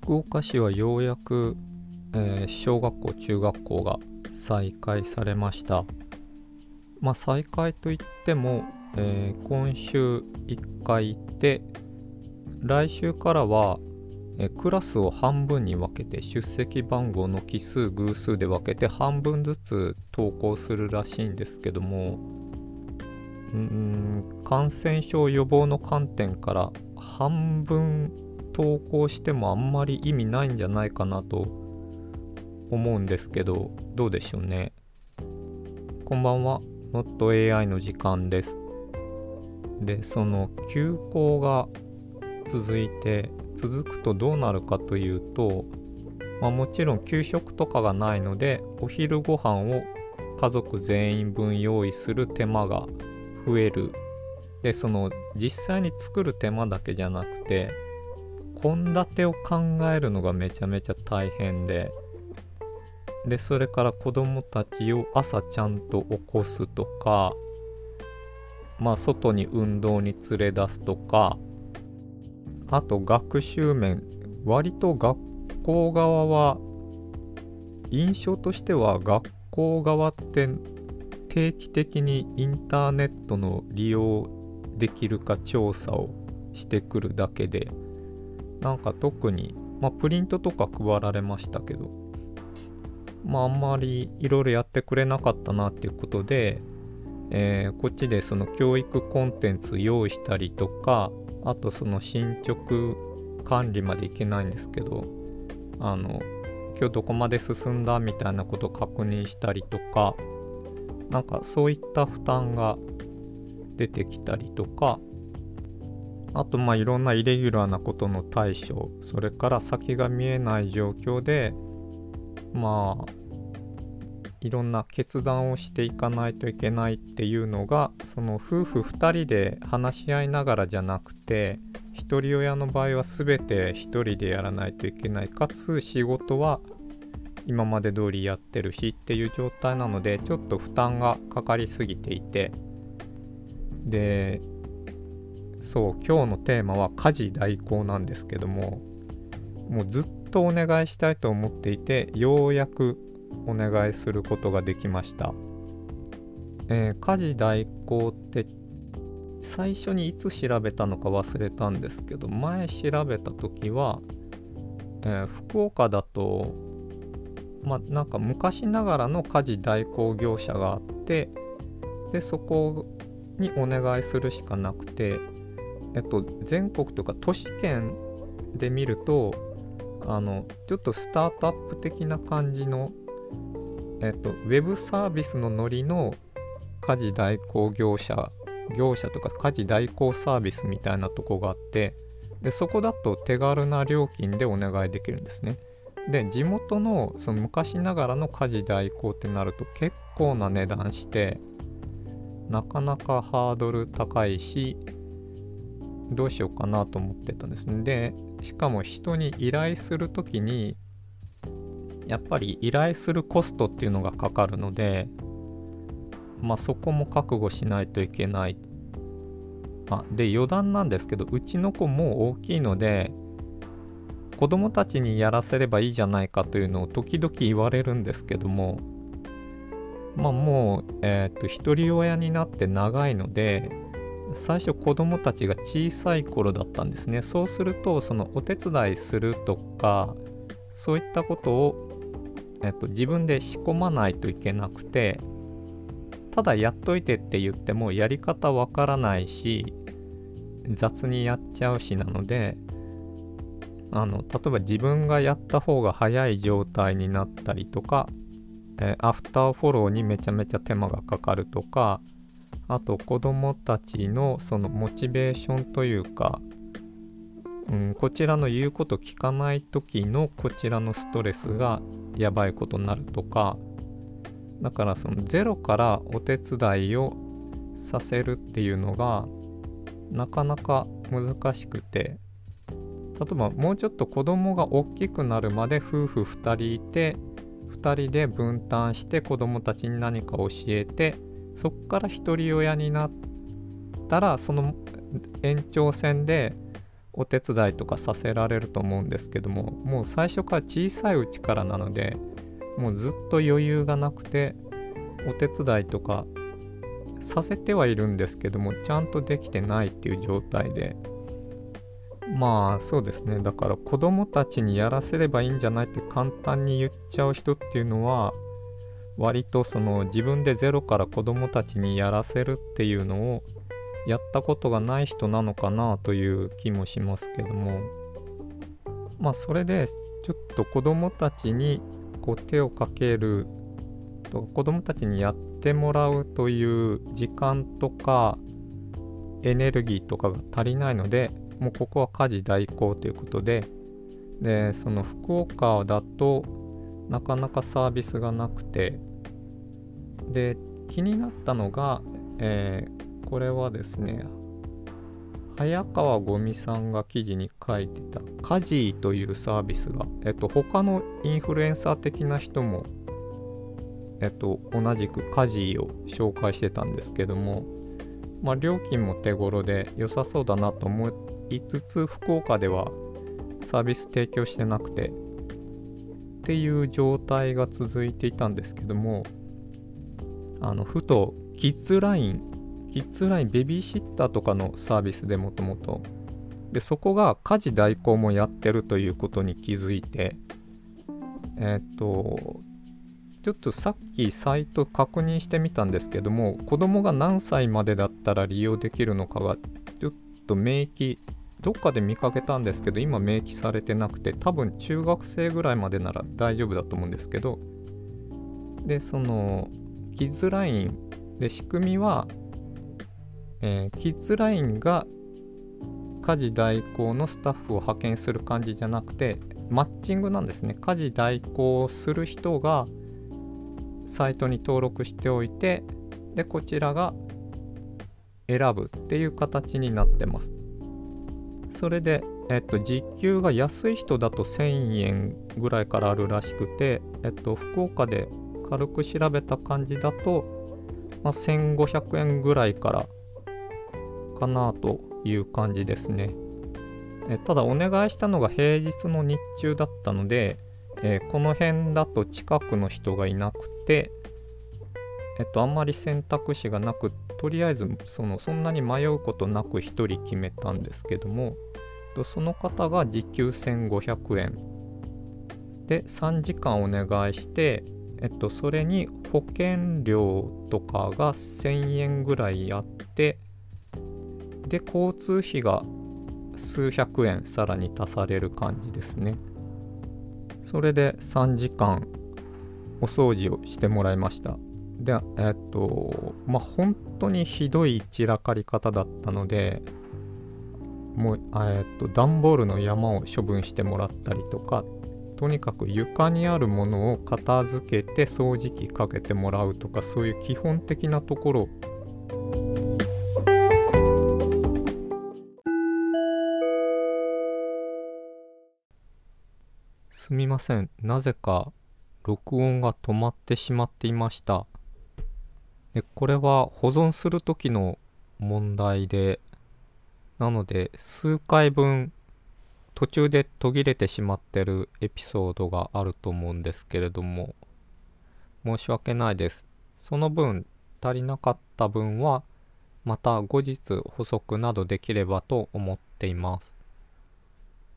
福岡市はようやく、小学校中学校が再開されました。再開といっても、今週1回行って来週からは、クラスを半分に分けて出席番号の奇数偶数で分けて半分ずつ登校するらしいんですけども、感染症予防の観点から半分登校してもあんまり意味ないんじゃないかなと思うんですけど、どうでしょうね。こんばんは、Not AI の時間です。で、その休校が続くとどうなるかというと、もちろん給食とかがないのでお昼ご飯を家族全員分用意する手間が増える。で、その実際に作る手間だけじゃなくて献立を考えるのがめちゃめちゃ大変で、それから子供たちを朝ちゃんと起こすとか、外に運動に連れ出すとか、あと学習面、割と学校側は印象としては学校側って定期的にインターネットの利用できるか調査をしてくるだけで、なんか特にプリントとか配られましたけど、あんまりいろいろやってくれなかったなっていうことで、こっちでその教育コンテンツ用意したりとか、あとその進捗管理までいけないんですけど、今日どこまで進んだみたいなことを確認したりとか、なんかそういった負担が出てきたりとか、あといろんなイレギュラーなことの対処、それから先が見えない状況でいろんな決断をしていかないといけないっていうのが、その夫婦2人で話し合いながらじゃなくて、一人親の場合は全て一人でやらないといけない、かつ仕事は今まで通りやってるしっていう状態なので、ちょっと負担がかかりすぎていて、で、今日のテーマは家事代行なんですけども、もうずっとお願いしたいと思っていて、ようやくお願いすることができました。家事代行って最初にいつ調べたのか忘れたんですけど、前調べた時は、福岡だとなんか昔ながらの家事代行業者があって、でそこにお願いするしかなくて、全国とか都市圏で見るとちょっとスタートアップ的な感じのウェブサービスのノリの家事代行業者とか家事代行サービスみたいなとこがあって、でそこだと手軽な料金でお願いできるんですね。で、地元のその昔ながらの家事代行ってなると結構な値段して、なかなかハードル高いし、どうしようかなと思ってたんですね。で、しかも人に依頼するときにやっぱり依頼するコストっていうのがかかるので、そこも覚悟しないといけない。で、余談なんですけど、うちの子もう大きいので子供たちにやらせればいいじゃないかというのを時々言われるんですけども、もう一人親になって長いので、最初子供たちが小さい頃だったんですね。そうするとそのお手伝いするとかそういったことを自分で仕込まないといけなくて、ただやっといてって言ってもやり方わからないし雑にやっちゃうしなので、例えば自分がやった方が早い状態になったりとか、アフターフォローにめちゃめちゃ手間がかかるとか、あと子供たちのそのモチベーションというか、こちらの言うこと聞かない時のこちらのストレスがやばいことになるとか、だからそのゼロからお手伝いをさせるっていうのがなかなか難しくて、例えばもうちょっと子供が大きくなるまで夫婦2人いて、2人で分担して子供たちに何か教えて、そこから一人親になったらその延長線でお手伝いとかさせられると思うんですけども、もう最初から小さいうちからなので、もうずっと余裕がなくて、お手伝いとかさせてはいるんですけども、ちゃんとできてないっていう状態で、まあそうですね、だから子供たちにやらせればいいんじゃないって簡単に言っちゃう人っていうのは、割とその自分でゼロから子供たちにやらせるっていうのをやったことがない人なのかなという気もしますけども、まあそれでちょっと子供たちにこう手をかけると、子供たちにやってもらうという時間とかエネルギーとかが足りないので、もうここは家事代行ということで、その福岡だとなかなかサービスがなくて、で気になったのが、これはですね、早川五味さんが記事に書いてたカジーというサービスが、他のインフルエンサー的な人も、同じくカジーを紹介してたんですけども、まあ料金も手頃で良さそうだなと思いつつ、福岡ではサービス提供してなくてっていう状態が続いていたんですけども、ふとキッズラインベビーシッターとかのサービスでもともとで、そこが家事代行もやってるということに気づいて、ちょっとさっきサイト確認してみたんですけども、子供が何歳までだったら利用できるのかがちょっと明記、どっかで見かけたんですけど今明記されてなくて、多分中学生ぐらいまでなら大丈夫だと思うんですけど、でそのキッズラインで仕組みは、キッズラインが家事代行のスタッフを派遣する感じじゃなくて、マッチングなんですね。家事代行する人がサイトに登録しておいて、でこちらが選ぶっていう形になってます。それで、時給が安い人だと1000円ぐらいからあるらしくて、福岡で軽く調べた感じだと、1500円ぐらいからかなという感じですね。ただお願いしたのが平日の日中だったので、この辺だと近くの人がいなくて、あんまり選択肢がなく、とりあえずそんなに迷うことなく1人決めたんですけども、その方が時給1500円で3時間お願いして、それに保険料とかが1000円ぐらいあって、で交通費が数百円さらに足される感じですね。それで3時間お掃除をしてもらいました。で本当にひどい散らかり方だったので、もう段ボールの山を処分してもらったりとか、とにかく床にあるものを片付けて掃除機かけてもらうとか、そういう基本的なところ。すみません、なぜか録音が止まってしまっていました。でこれは保存する時の問題で、なので数回分途中で途切れてしまってるエピソードがあると思うんですけれども、申し訳ないです。その分足りなかった分はまた後日補足などできればと思っています。